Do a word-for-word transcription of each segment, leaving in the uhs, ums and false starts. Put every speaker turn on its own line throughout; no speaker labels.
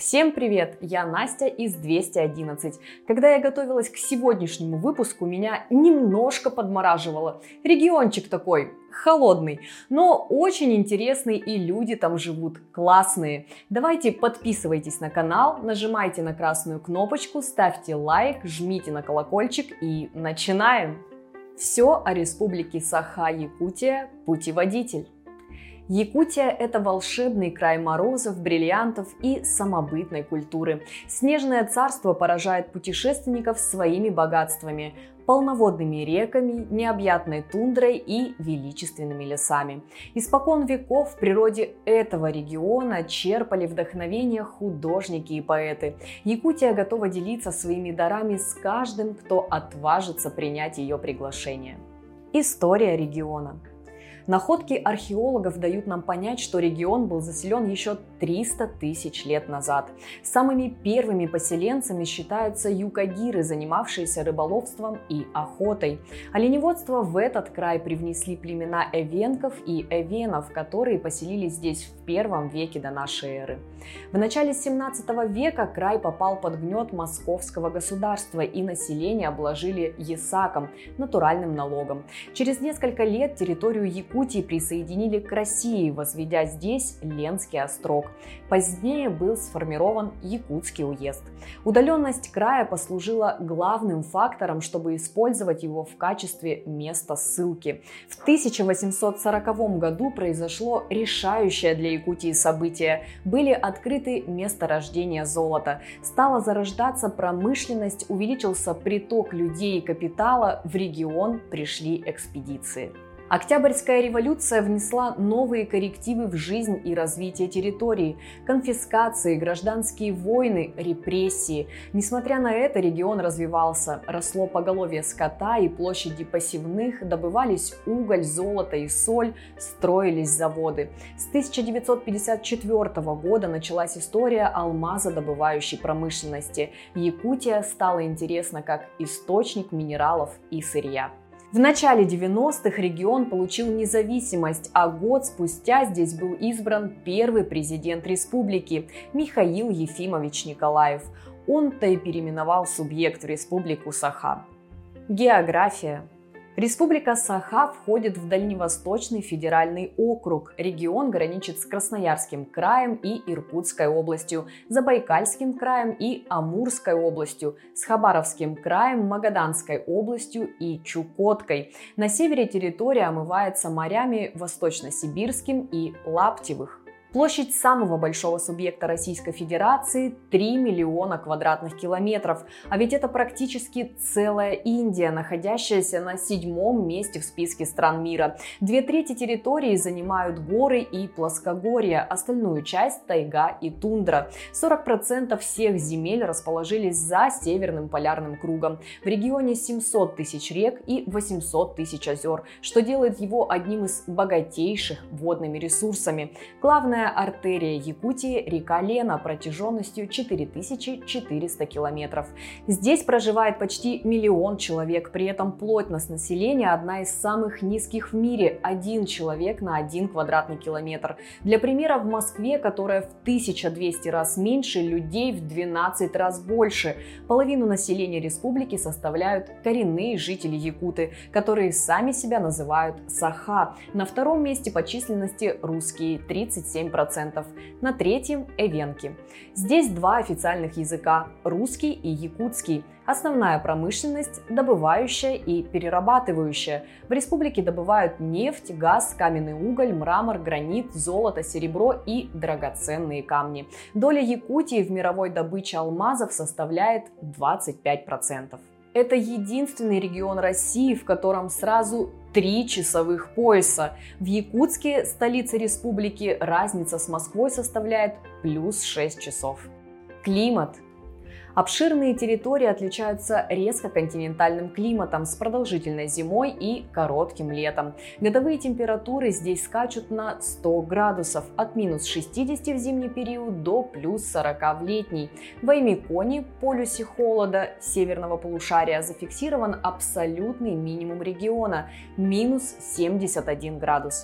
Всем привет! Я Настя из двести одиннадцать. Когда я готовилась к сегодняшнему выпуску, меня немножко подмораживало. Региончик такой, холодный, но очень интересный, и люди там живут классные. Давайте подписывайтесь на канал, нажимайте на красную кнопочку, ставьте лайк, жмите на колокольчик и начинаем! Все о республике Саха-Якутия, путеводитель. Якутия – это волшебный край морозов, бриллиантов и самобытной культуры. Снежное царство поражает путешественников своими богатствами – полноводными реками, необъятной тундрой и величественными лесами. Испокон веков в природе этого региона черпали вдохновение художники и поэты. Якутия готова делиться своими дарами с каждым, кто отважится принять ее приглашение. История региона. Находки археологов дают нам понять, что регион был заселен еще триста тысяч лет назад. Самыми первыми поселенцами считаются юкагиры, занимавшиеся рыболовством и охотой. Оленеводство в этот край привнесли племена эвенков и эвенов, которые поселились здесь в первом веке до нашей эры. В начале семнадцатого века край попал под гнет московского государства, и население обложили ясаком, натуральным налогом. Через несколько лет территорию Якутии присоединили к России, возведя здесь Ленский острог. Позднее был сформирован Якутский уезд. Удаленность края послужила главным фактором, чтобы использовать его в качестве места ссылки. В тысяча восемьсот сороковом году произошло решающее для Якутии событие. Были открыты месторождения золота. Стала зарождаться промышленность, увеличился приток людей и капитала, в регион пришли экспедиции. Октябрьская революция внесла новые коррективы в жизнь и развитие территории. Конфискации, гражданские войны, репрессии. Несмотря на это, регион развивался. Росло поголовье скота и площади посевных, добывались уголь, золото и соль, строились заводы. С тысяча девятьсот пятьдесят четвёртого года началась история алмазодобывающей промышленности. Якутия стала интересна как источник минералов и сырья. В начале девяностых регион получил независимость, а год спустя здесь был избран первый президент республики Михаил Ефимович Николаев. Он-то и переименовал субъект в республику Саха. География. Республика Саха входит в Дальневосточный федеральный округ. Регион граничит с Красноярским краем и Иркутской областью, Забайкальским краем и Амурской областью, с Хабаровским краем, Магаданской областью и Чукоткой. На севере территория омывается морями Восточно-Сибирским и Лаптевых. Площадь самого большого субъекта Российской Федерации – три миллиона квадратных километров, а ведь это практически целая Индия, находящаяся на седьмом месте в списке стран мира. Две трети территории занимают горы и плоскогорья, остальную часть – тайга и тундра. сорок процентов всех земель расположились за Северным полярным кругом. В регионе семьсот тысяч рек и восемьсот тысяч озер, что делает его одним из богатейших водными ресурсами. Главное артерия Якутии – река Лена протяженностью четыре тысячи четыреста километров. Здесь проживает почти миллион человек, при этом плотность населения одна из самых низких в мире – один человек на один квадратный километр. Для примера, в Москве, которая в тысячу двести раз меньше, людей в двенадцать раз больше. Половину населения республики составляют коренные жители якуты, которые сами себя называют Саха. На втором месте по численности русские – тридцать семь процентов, на третьем – эвенки. Здесь два официальных языка – русский и якутский. Основная промышленность – добывающая и перерабатывающая. В республике добывают нефть, газ, каменный уголь, мрамор, гранит, золото, серебро и драгоценные камни. Доля Якутии в мировой добыче алмазов составляет двадцать пять процентов. Это единственный регион России, в котором сразу три часовых пояса. В Якутске, столице республики, разница с Москвой составляет плюс шесть часов. Климат. Обширные территории отличаются резко континентальным климатом с продолжительной зимой и коротким летом. Годовые температуры здесь скачут на сто градусов, от минус шестидесяти в зимний период до плюс сорока в летний. В Аймеконе, полюсе холода северного полушария, зафиксирован абсолютный минимум региона – минус семьдесят один градус.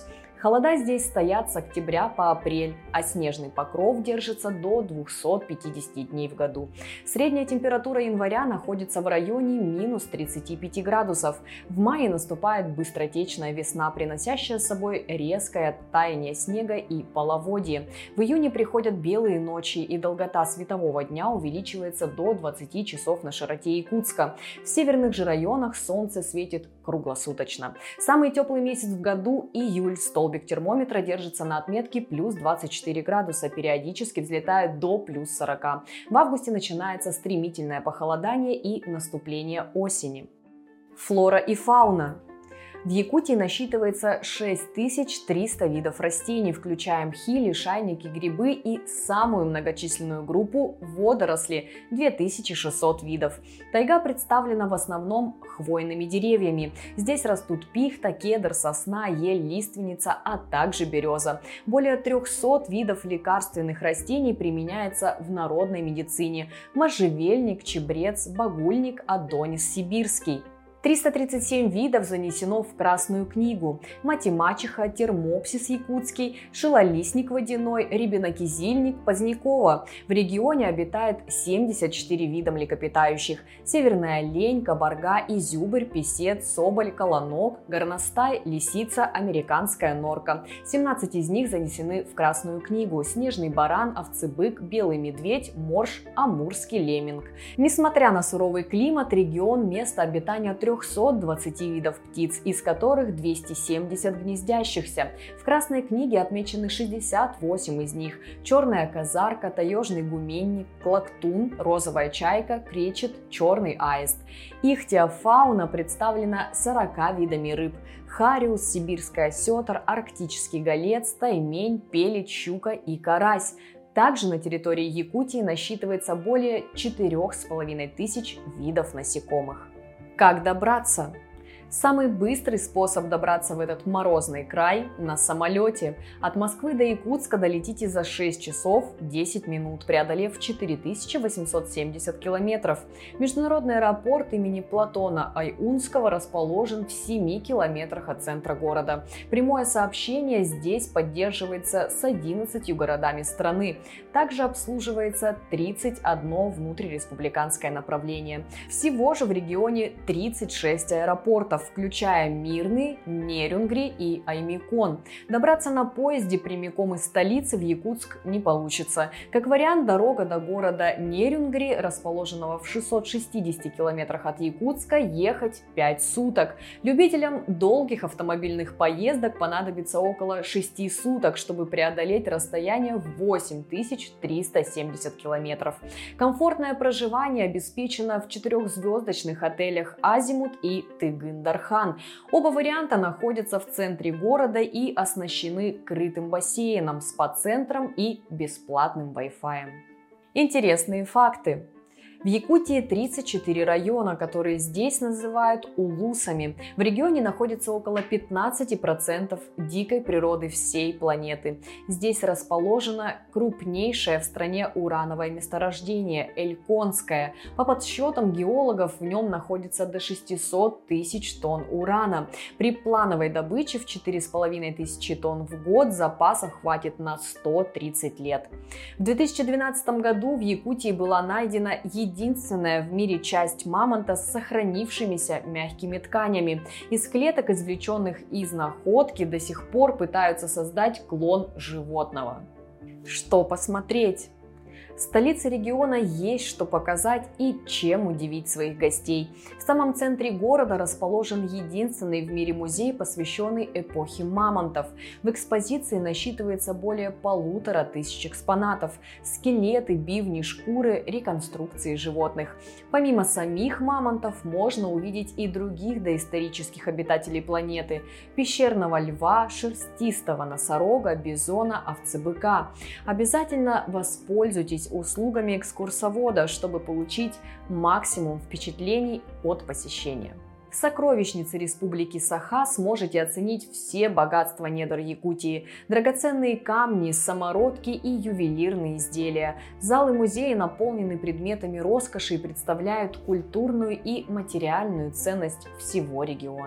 Холода здесь стоят с октября по апрель, а снежный покров держится до двухсот пятидесяти дней в году. Средняя температура января находится в районе минус тридцати пяти градусов. В мае наступает быстротечная весна, приносящая с собой резкое таяние снега и половодье. В июне приходят белые ночи, и долгота светового дня увеличивается до двадцати часов на широте Якутска. В северных же районах солнце светит круглосуточно. Самый теплый месяц в году – июль. Столбик термометра держится на отметке плюс двадцать четыре градуса, периодически взлетает до плюс сорока. В августе начинается стремительное похолодание и наступление осени. Флора и фауна. В Якутии насчитывается шесть тысяч триста видов растений, включая мхи, лишайники, грибы и самую многочисленную группу водоросли – две тысячи шестьсот видов. Тайга представлена в основном хвойными деревьями. Здесь растут пихта, кедр, сосна, ель, лиственница, а также береза. Более трехсот видов лекарственных растений применяется в народной медицине – можжевельник, чебрец, багульник, адонис сибирский. триста тридцать семь видов занесено в Красную книгу. Мать и мачеха, термопсис якутский, шилолистник водяной, рябинокизильник, позднякова. В регионе обитает семьдесят четыре вида млекопитающих. Северная олень, кабарга, изюбрь, писец, соболь, колонок, горностай, лисица, американская норка. семнадцать из них занесены в Красную книгу. Снежный баран, овцебык, белый медведь, морж, амурский лемминг. Несмотря на суровый климат, регион – место обитания трехсот двадцати видов птиц, из которых двести семьдесят гнездящихся. В Красной книге отмечены шестьдесят восемь из них. Черная казарка, таежный гуменник, клоктун, розовая чайка, кречет, черный аист. Ихтиофауна представлена сорока видами рыб. Хариус, сибирский осетр, арктический голец, таймень, пеледь, щука и карась. Также на территории Якутии насчитывается более четырёх с половиной тысяч видов насекомых. Как добраться? Самый быстрый способ добраться в этот морозный край – на самолете. От Москвы до Якутска долетите за шесть часов десять минут, преодолев четыре тысячи восемьсот семьдесят километров. Международный аэропорт имени Платона Аюнского расположен в семи километрах от центра города. Прямое сообщение здесь поддерживается с одиннадцатью городами страны. Также обслуживается тридцать одно внутриреспубликанское направление. Всего же в регионе тридцать шесть аэропортов, включая Мирный, Нерюнгри и Аймикон. Добраться на поезде прямиком из столицы в Якутск не получится. Как вариант, дорога до города Нерюнгри, расположенного в шестистах шестидесяти километрах от Якутска, ехать пять суток. Любителям долгих автомобильных поездок понадобится около шести суток, чтобы преодолеть расстояние в восемь тысяч триста семьдесят километров. Комфортное проживание обеспечено в четырехзвездочных отелях «Азимут» и «Тыгын-Дархан». Оба варианта находятся в центре города и оснащены крытым бассейном, спа-центром и бесплатным Wi-Fi. Интересные факты. В Якутии тридцать четыре района, которые здесь называют улусами. В регионе находится около пятнадцати процентов дикой природы всей планеты. Здесь расположено крупнейшее в стране урановое месторождение – Эльконское. По подсчетам геологов, в нем находится до шестисот тысяч тонн урана. При плановой добыче в четыре с половиной тысячи тонн в год запасов хватит на сто тридцать лет. В две тысячи двенадцатом году в Якутии была найдена единственная единственная в мире часть мамонта с сохранившимися мягкими тканями. Из клеток, извлеченных из находки, до сих пор пытаются создать клон животного. Что посмотреть? В столице региона есть что показать и чем удивить своих гостей. В самом центре города расположен единственный в мире музей, посвященный эпохе мамонтов. В экспозиции насчитывается более полутора тысяч экспонатов: скелеты, бивни, шкуры, реконструкции животных. Помимо самих мамонтов можно увидеть и других доисторических обитателей планеты: пещерного льва, шерстистого носорога, бизона, овцебыка. Обязательно воспользуйтесь услугами экскурсовода, чтобы получить максимум впечатлений от посещения. В сокровищнице Республики Саха сможете оценить все богатства недр Якутии: драгоценные камни, самородки и ювелирные изделия. Залы музея наполнены предметами роскоши и представляют культурную и материальную ценность всего региона.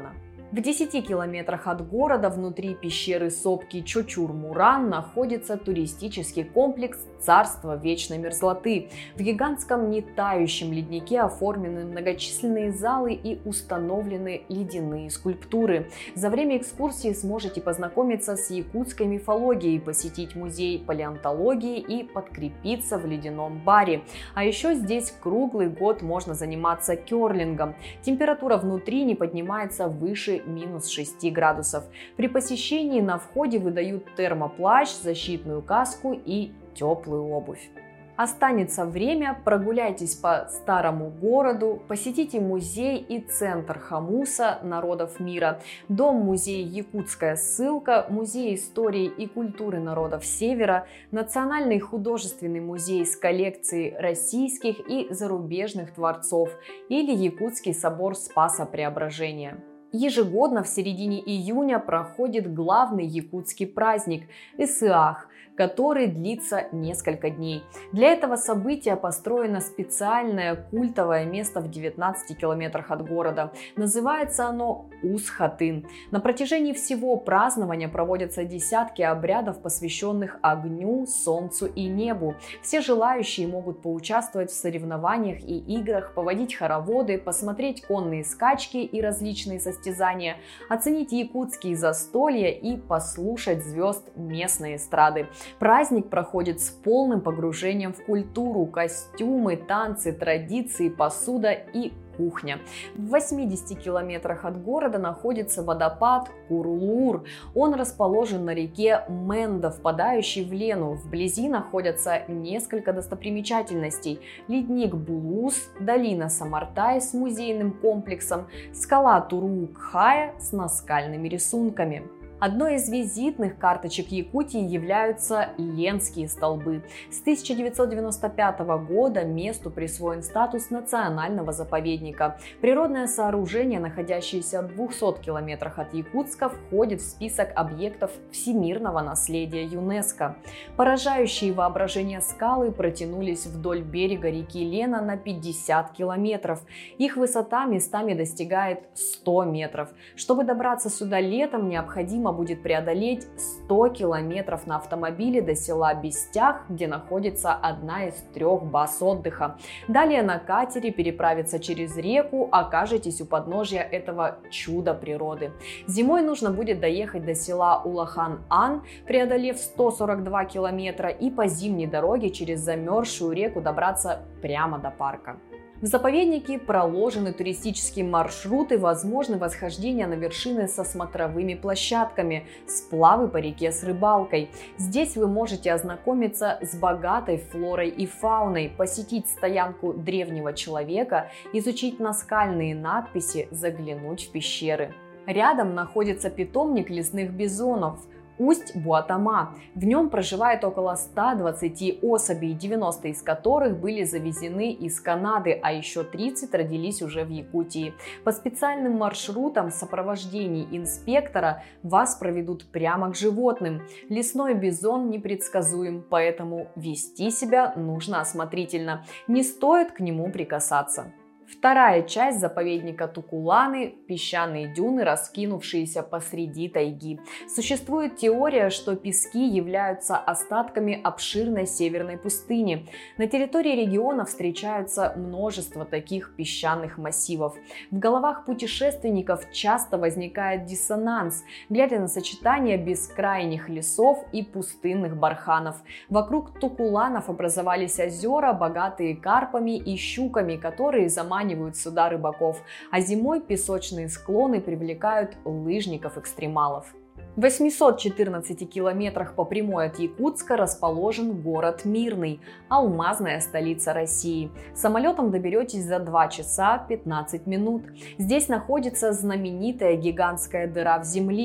В десяти километрах от города внутри пещеры сопки Чочур-Муран находится туристический комплекс «Царство вечной мерзлоты». В гигантском нетающем леднике оформлены многочисленные залы и установлены ледяные скульптуры. За время экскурсии сможете познакомиться с якутской мифологией, посетить музей палеонтологии и подкрепиться в ледяном баре. А еще здесь круглый год можно заниматься керлингом. Температура внутри не поднимается выше минус шести градусов. При посещении на входе выдают термоплащ, защитную каску и теплую обувь. Останется время, прогуляйтесь по старому городу, посетите музей и центр Хомуса народов мира, дом-музей «Якутская ссылка», музей истории и культуры народов Севера, Национальный художественный музей с коллекцией российских и зарубежных творцов или Якутский собор Спаса Преображения. Ежегодно в середине июня проходит главный якутский праздник – Исыах, который длится несколько дней. Для этого события построено специальное культовое место в девятнадцати километрах от города. Называется оно Ус-Хатын. На протяжении всего празднования проводятся десятки обрядов, посвященных огню, солнцу и небу. Все желающие могут поучаствовать в соревнованиях и играх, поводить хороводы, посмотреть конные скачки и различные состязания, оценить якутские застолья и послушать звезд местной эстрады. Праздник проходит с полным погружением в культуру, костюмы, танцы, традиции, посуда и кухня. В восьмидесяти километрах от города находится водопад Курулуур. Он расположен на реке Мендо, впадающей в Лену. Вблизи находятся несколько достопримечательностей: ледник Булус, долина Самартай с музейным комплексом, скала Туру-Кхая с наскальными рисунками. Одной из визитных карточек Якутии являются Ленские столбы. С тысяча девятьсот девяносто пятого года месту присвоен статус национального заповедника. Природное сооружение, находящееся в двухсот километрах от Якутска, входит в список объектов всемирного наследия ЮНЕСКО. Поражающие воображение скалы протянулись вдоль берега реки Лена на пятьдесят километров. Их высота местами достигает ста метров. Чтобы добраться сюда летом, необходимо будет преодолеть сто километров на автомобиле до села Бестях, где находится одна из трех баз отдыха. Далее на катере переправиться через реку, окажетесь у подножия этого чуда природы. Зимой нужно будет доехать до села Улахан-Ан, преодолев сто сорок два километра, и по зимней дороге через замерзшую реку добраться прямо до парка. В заповеднике проложены туристические маршруты, возможны восхождения на вершины со смотровыми площадками, сплавы по реке с рыбалкой. Здесь вы можете ознакомиться с богатой флорой и фауной, посетить стоянку древнего человека, изучить наскальные надписи, заглянуть в пещеры. Рядом находится питомник лесных бизонов – Усть-Буатама. В нем проживает около ста двадцати особей, девяносто из которых были завезены из Канады, а еще тридцать родились уже в Якутии. По специальным маршрутам в сопровождении инспектора вас проведут прямо к животным. Лесной бизон непредсказуем, поэтому вести себя нужно осмотрительно. Не стоит к нему прикасаться. Вторая часть заповедника Тукуланы – песчаные дюны, раскинувшиеся посреди тайги. Существует теория, что пески являются остатками обширной северной пустыни. На территории региона встречаются множество таких песчаных массивов. В головах путешественников часто возникает диссонанс, глядя на сочетание бескрайних лесов и пустынных барханов. Вокруг Тукуланов образовались озера, богатые карпами и щуками, которые заманивают сюда рыбаков, а зимой песочные склоны привлекают лыжников-экстремалов. В восьмистах четырнадцати километрах по прямой от Якутска расположен город Мирный, алмазная столица России. Самолетом доберетесь за два часа пятнадцать минут. Здесь находится знаменитая гигантская дыра в земле –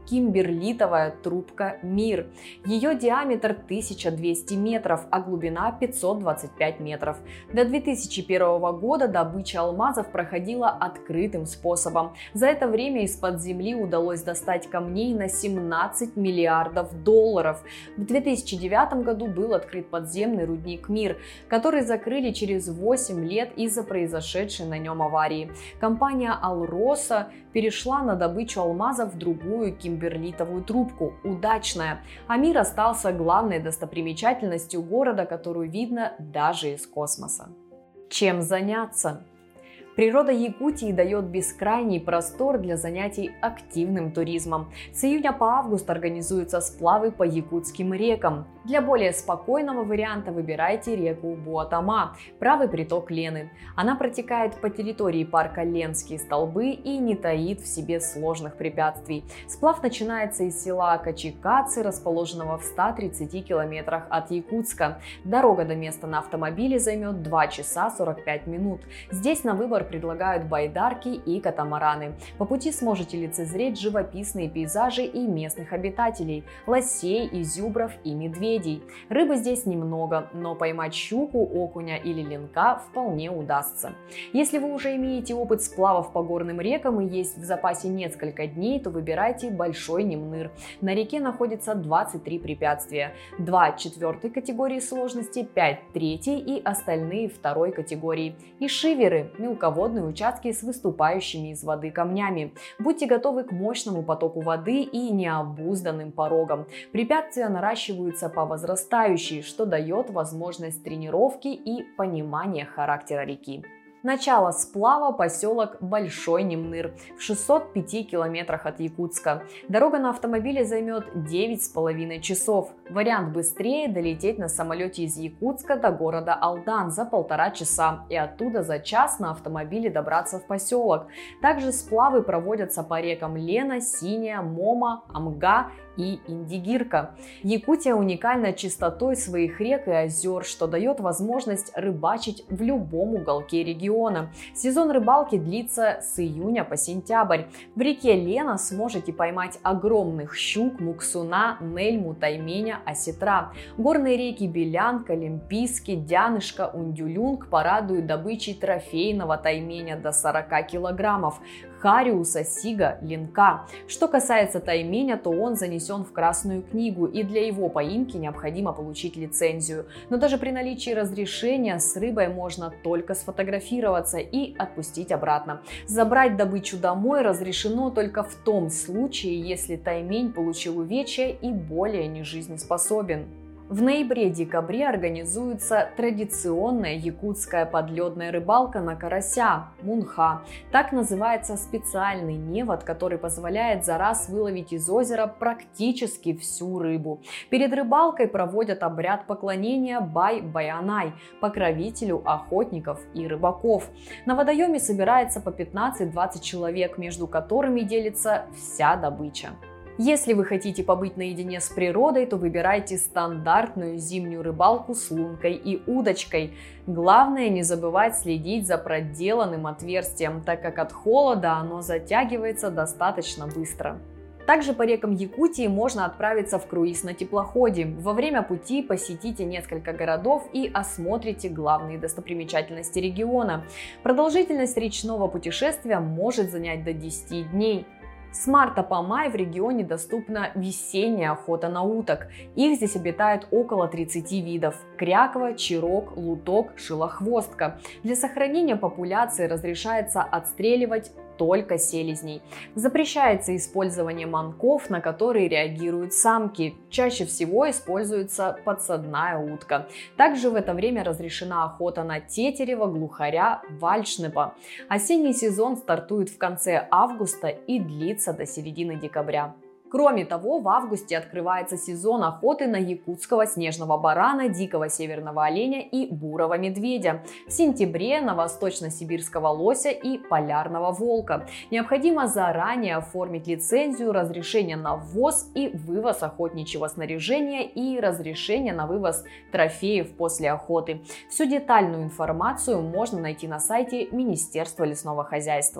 кимберлитовая трубка «Мир». Ее диаметр тысяча двести метров, а глубина пятьсот двадцать пять метров. До две тысячи первого года добыча алмазов проходила открытым способом. За это время из-под земли удалось достать камней на семнадцать миллиардов долларов. В две тысячи девятом году был открыт подземный рудник «Мир», который закрыли через восемь лет из-за произошедшей на нем аварии. Компания «Алроса» перешла на добычу алмазов в другую кимберлитовую трубку «Удачная», а «Мир» остался главной достопримечательностью города, которую видно даже из космоса. Чем заняться? Природа Якутии дает бескрайний простор для занятий активным туризмом. С июня по август организуются сплавы по якутским рекам. Для более спокойного варианта выбирайте реку Буатама, правый приток Лены. Она протекает по территории парка Ленские столбы и не таит в себе сложных препятствий. Сплав начинается из села Качикацы, расположенного в ста тридцати километрах от Якутска. Дорога до места на автомобиле займет два часа сорок пять минут. Здесь на выбор предлагают байдарки и катамараны. По пути сможете лицезреть живописные пейзажи и местных обитателей – лосей, изюбров и медведей. Рыбы здесь немного, но поймать щуку, окуня или ленка вполне удастся. Если вы уже имеете опыт сплавов по горным рекам и есть в запасе несколько дней, то выбирайте Большой Немныр. На реке находится двадцать три препятствия. два четвертой категории сложности, пять третьей и остальные второй категории. И шиверы – мелководные участки с выступающими из воды камнями. Будьте готовы к мощному потоку воды и необузданным порогам. Препятствия наращиваются по возрастающей, что дает возможность тренировки и понимания характера реки. Начало сплава – поселок Большой Немныр в шестистах пяти километрах от Якутска. Дорога на автомобиле займет девять с половиной часов. Вариант быстрее – долететь на самолете из Якутска до города Алдан за полтора часа и оттуда за час на автомобиле добраться в поселок. Также сплавы проводятся по рекам Лена, Синяя, Мома, Амга и Индигирка. Якутия уникальна чистотой своих рек и озер, что дает возможность рыбачить в любом уголке региона. Сезон рыбалки длится с июня по сентябрь. В реке Лена сможете поймать огромных щук, муксуна, нельму, тайменя, осетра. Горные реки Белянка, Лемпийский, Дянышка, Ундюлюнг порадуют добычей трофейного тайменя до сорока килограммов, хариуса, сига, ленка. Что касается тайменя, то он занесен в Красную книгу, и для его поимки необходимо получить лицензию. Но даже при наличии разрешения с рыбой можно только сфотографироваться и отпустить обратно. Забрать добычу домой разрешено только в том случае, если таймень получил увечья и более не жизнеспособен. В ноябре-декабре организуется традиционная якутская подледная рыбалка на карася – мунха. Так называется специальный невод, который позволяет за раз выловить из озера практически всю рыбу. Перед рыбалкой проводят обряд поклонения Бай-Баянай – покровителю охотников и рыбаков. На водоеме собирается по пятнадцать-двадцать человек, между которыми делится вся добыча. Если вы хотите побыть наедине с природой, то выбирайте стандартную зимнюю рыбалку с лункой и удочкой. Главное не забывать следить за проделанным отверстием, так как от холода оно затягивается достаточно быстро. Также по рекам Якутии можно отправиться в круиз на теплоходе. Во время пути посетите несколько городов и осмотрите главные достопримечательности региона. Продолжительность речного путешествия может занять до десяти дней. С марта по май в регионе доступна весенняя охота на уток. Их здесь обитает около тридцати видов: кряква, чирок, луток, шилохвостка. Для сохранения популяции разрешается отстреливать только селезней. Запрещается использование манков, на которые реагируют самки. Чаще всего используется подсадная утка. Также в это время разрешена охота на тетерева, глухаря, вальшнепа. Осенний сезон стартует в конце августа и длится до середины декабря. Кроме того, в августе открывается сезон охоты на якутского снежного барана, дикого северного оленя и бурого медведя. В сентябре на восточно-сибирского лося и полярного волка. Необходимо заранее оформить лицензию, разрешение на ввоз и вывоз охотничьего снаряжения и разрешение на вывоз трофеев после охоты. Всю детальную информацию можно найти на сайте Министерства лесного хозяйства.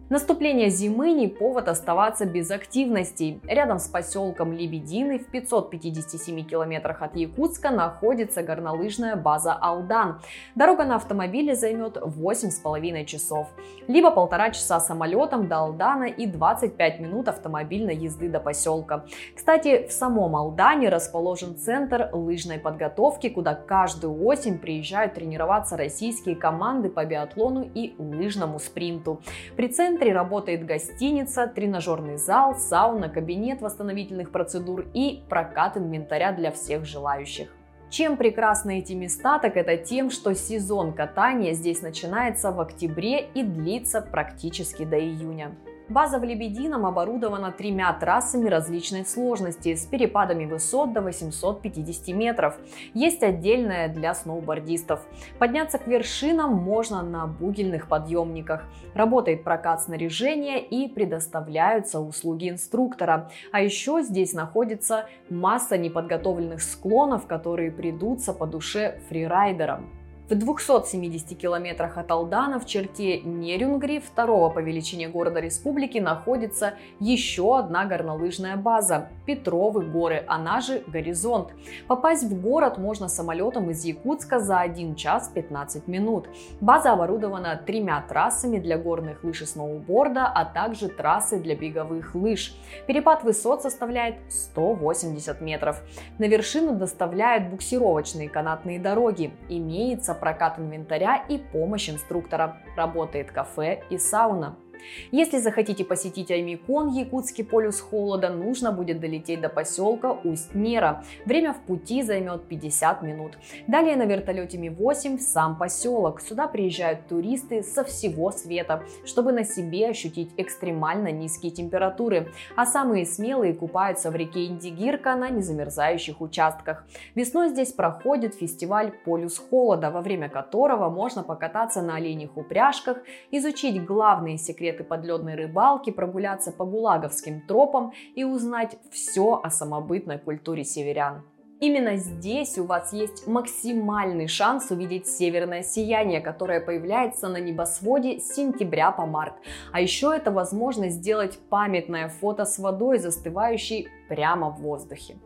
Наступление зимы не повод оставаться без активностей. Рядом с поселком Лебединый в пятистах пятидесяти семи километрах от Якутска находится горнолыжная база Алдан. Дорога на автомобиле займет восемь с половиной часов. Либо полтора часа самолетом до Алдана и двадцать пять минут автомобильной езды до поселка. Кстати, в самом Алдане расположен центр лыжной подготовки, куда каждую осень приезжают тренироваться российские команды по биатлону и лыжному спринту. При центре В центре работает гостиница, тренажерный зал, сауна, кабинет восстановительных процедур и прокат инвентаря для всех желающих. Чем прекрасны эти места, так это тем, что сезон катания здесь начинается в октябре и длится практически до июня. База в Лебедином оборудована тремя трассами различной сложности с перепадами высот до восьмисот пятидесяти метров. Есть отдельная для сноубордистов. Подняться к вершинам можно на бугельных подъемниках. Работает прокат снаряжения и предоставляются услуги инструктора. А еще здесь находится масса неподготовленных склонов, которые придутся по душе фрирайдерам. В двухстах семидесяти километрах от Алдана в черте Нерюнгри, второго по величине города республики, находится еще одна горнолыжная база – Петровы горы, она же Горизонт. Попасть в город можно самолетом из Якутска за один час пятнадцать минут. База оборудована тремя трассами для горных лыж и сноуборда, а также трассой для беговых лыж. Перепад высот составляет сто восемьдесят метров. На вершину доставляют буксировочные канатные дороги. Имеется прокат инвентаря и помощь инструктора. Работает кафе и сауна. Если захотите посетить Аймикон, якутский полюс холода, нужно будет долететь до поселка Усть-Нера. Время в пути займет пятьдесят минут. Далее на вертолете Ми восемь в сам поселок. Сюда приезжают туристы со всего света, чтобы на себе ощутить экстремально низкие температуры. А самые смелые купаются в реке Индигирка на незамерзающих участках. Весной здесь проходит фестиваль «Полюс холода», во время которого можно покататься на оленьих упряжках, изучить главные секреты подледной рыбалки, прогуляться по гулаговским тропам и узнать все о самобытной культуре северян. Именно здесь у вас есть максимальный шанс увидеть северное сияние, которое появляется на небосводе с сентября по март. А еще это возможность сделать памятное фото с водой, застывающей прямо в воздухе.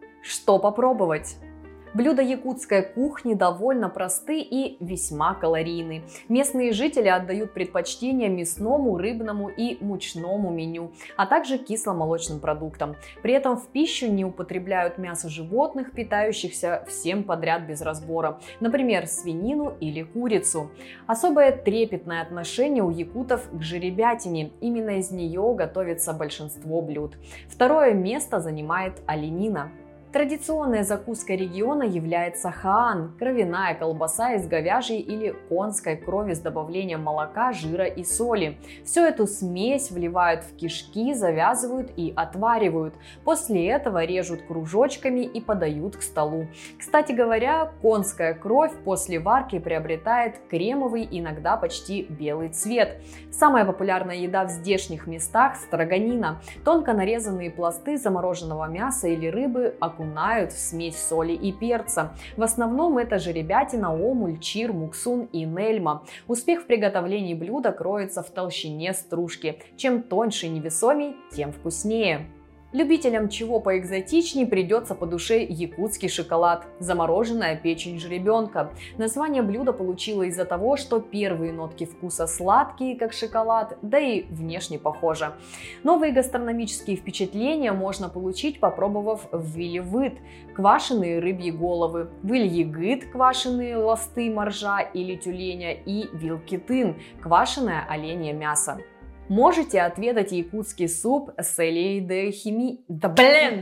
Что попробовать? Блюда якутской кухни довольно просты и весьма калорийны. Местные жители отдают предпочтение мясному, рыбному и мучному меню, а также кисломолочным продуктам. При этом в пищу не употребляют мясо животных, питающихся всем подряд без разбора, например, свинину или курицу. Особое трепетное отношение у якутов к жеребятине, именно из нее готовится большинство блюд. Второе место занимает оленина. Традиционной закуской региона является хаан – кровяная колбаса из говяжьей или конской крови с добавлением молока, жира и соли. Всю эту смесь вливают в кишки, завязывают и отваривают. После этого режут кружочками и подают к столу. Кстати говоря, конская кровь после варки приобретает кремовый, иногда почти белый цвет. Самая популярная еда в здешних местах – строганина. Тонко нарезанные пласты замороженного мяса или рыбы окунают в смесь соли и перца. В основном это жеребятина, омуль, чир, муксун и нельма. Успех в приготовлении блюда кроется в толщине стружки. Чем тоньше и невесомей, тем вкуснее. Любителям чего поэкзотичней придется по душе якутский шоколад – замороженная печень жеребенка. Название блюда получило из-за того, что первые нотки вкуса сладкие, как шоколад, да и внешне похоже. Новые гастрономические впечатления можно получить, попробовав вилевыт – квашеные рыбьи головы, вильегыт – квашеные ласты моржа или тюленя и вилкитын – квашеное оленье мясо. Можете отведать якутский суп с элейдохими... Да блин!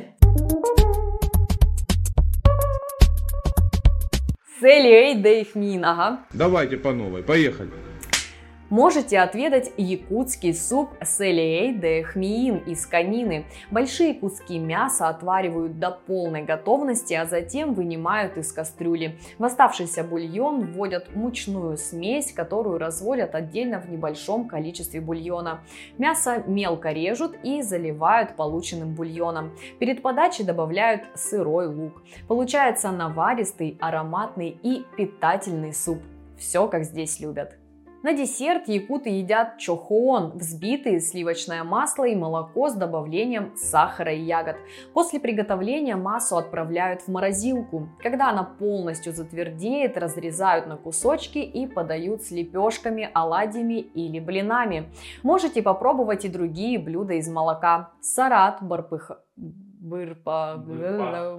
С элейдохмин, ага.
Давайте по новой, поехали.
Можете отведать якутский суп с элейдохмиин из конины. Большие куски мяса отваривают до полной готовности, а затем вынимают из кастрюли. В оставшийся бульон вводят мучную смесь, которую разводят отдельно в небольшом количестве бульона. Мясо мелко режут и заливают полученным бульоном. Перед подачей добавляют сырой лук. Получается наваристый, ароматный и питательный суп. Все как здесь любят. На десерт якуты едят чохон, взбитые сливочное масло и молоко с добавлением сахара и ягод. После приготовления массу отправляют в морозилку. Когда она полностью затвердеет, разрезают на кусочки и подают с лепешками, оладьями или блинами. Можете попробовать и другие блюда из молока. Сарат, барпыха... Бырпа... Бырпа.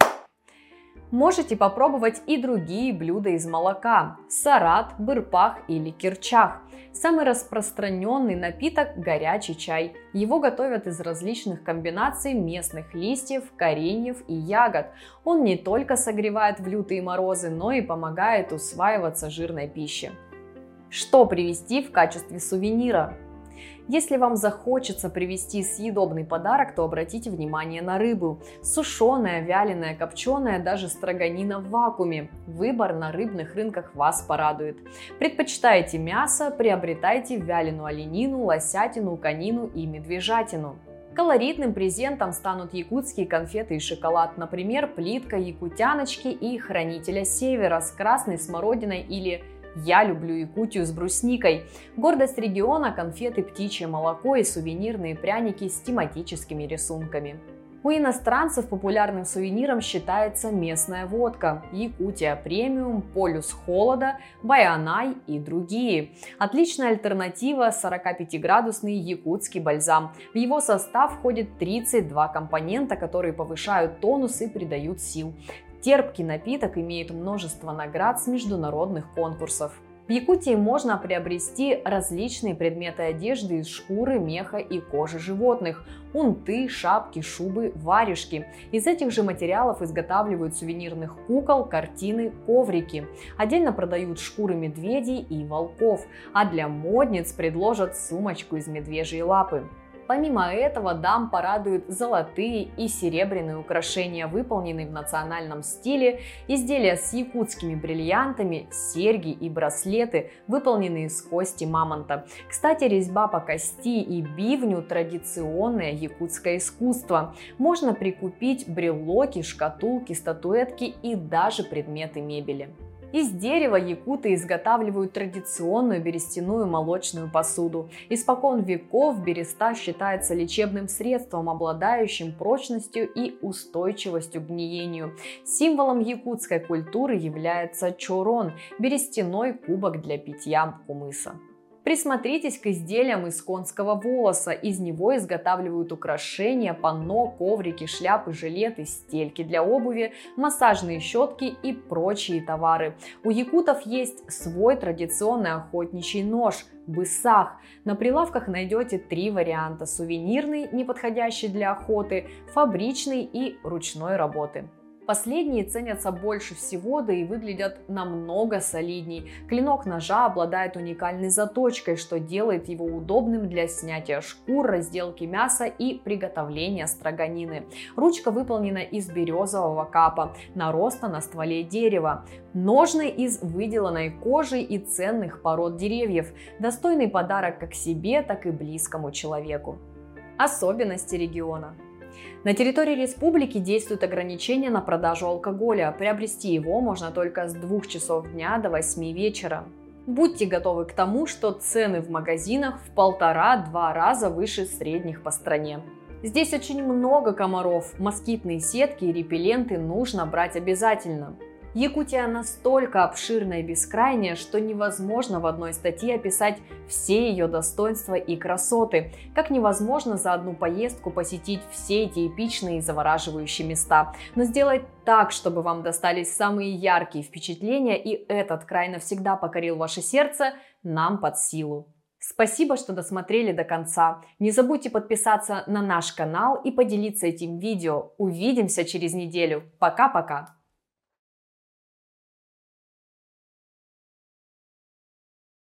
Можете попробовать и другие блюда из молока – сарат, бырпах или кирчах. Самый распространенный напиток – горячий чай. Его готовят из различных комбинаций местных листьев, кореньев и ягод. Он не только согревает в лютые морозы, но и помогает усваиваться жирной пище. Что привезти в качестве сувенира? Если вам захочется привезти съедобный подарок, то обратите внимание на рыбу. Сушеная, вяленая, копченая, даже строганина в вакууме. Выбор на рыбных рынках вас порадует. Предпочитаете мясо, приобретайте вяленую оленину, лосятину, конину и медвежатину. Колоритным презентом станут якутские конфеты и шоколад, например, плитка якутяночки и хранителя севера с красной смородиной или «Я люблю Якутию с брусникой». Гордость региона – конфеты «Птичье молоко» и сувенирные пряники с тематическими рисунками. У иностранцев популярным сувениром считается местная водка – Якутия премиум, полюс холода, Байанай и другие. Отличная альтернатива – сорокапятиградусный якутский бальзам. В его состав входит тридцать два компонента, которые повышают тонус и придают сил. Терпкий напиток имеет множество наград с международных конкурсов. В Якутии можно приобрести различные предметы одежды из шкуры, меха и кожи животных – унты, шапки, шубы, варежки. Из этих же материалов изготавливают сувенирных кукол, картины, коврики. Отдельно продают шкуры медведей и волков, а для модниц предложат сумочку из медвежьей лапы. Помимо этого, дам порадуют золотые и серебряные украшения, выполненные в национальном стиле, изделия с якутскими бриллиантами, серьги и браслеты, выполненные из кости мамонта. Кстати, резьба по кости и бивню – традиционное якутское искусство. Можно прикупить брелоки, шкатулки, статуэтки и даже предметы мебели. Из дерева якуты изготавливают традиционную берестяную молочную посуду. Испокон веков береста считается лечебным средством, обладающим прочностью и устойчивостью к гниению. Символом якутской культуры является чорон – берестяной кубок для питья кумыса. Присмотритесь к изделиям из конского волоса. Из него изготавливают украшения, панно, коврики, шляпы, жилеты, стельки для обуви, массажные щетки и прочие товары. У якутов есть свой традиционный охотничий нож – бысах. На прилавках найдете три варианта – сувенирный, не подходящий для охоты, фабричный и ручной работы. Последние ценятся больше всего, да и выглядят намного солидней. Клинок ножа обладает уникальной заточкой, что делает его удобным для снятия шкур, разделки мяса и приготовления строганины. Ручка выполнена из березового капа, нароста на стволе дерева. Ножны из выделанной кожи и ценных пород деревьев. Достойный подарок как себе, так и близкому человеку. Особенности региона. На территории республики действуют ограничения на продажу алкоголя. Приобрести его можно только с двух часов дня до восьми вечера. Будьте готовы к тому, что цены в магазинах в полтора-два раза выше средних по стране. Здесь очень много комаров, москитные сетки и репелленты нужно брать обязательно. Якутия настолько обширная и бескрайняя, что невозможно в одной статье описать все ее достоинства и красоты, как невозможно за одну поездку посетить все эти эпичные и завораживающие места. Но сделать так, чтобы вам достались самые яркие впечатления и этот край навсегда покорил ваше сердце, нам под силу. Спасибо, что досмотрели до конца. Не забудьте подписаться на наш канал и поделиться этим видео. Увидимся через неделю. Пока-пока!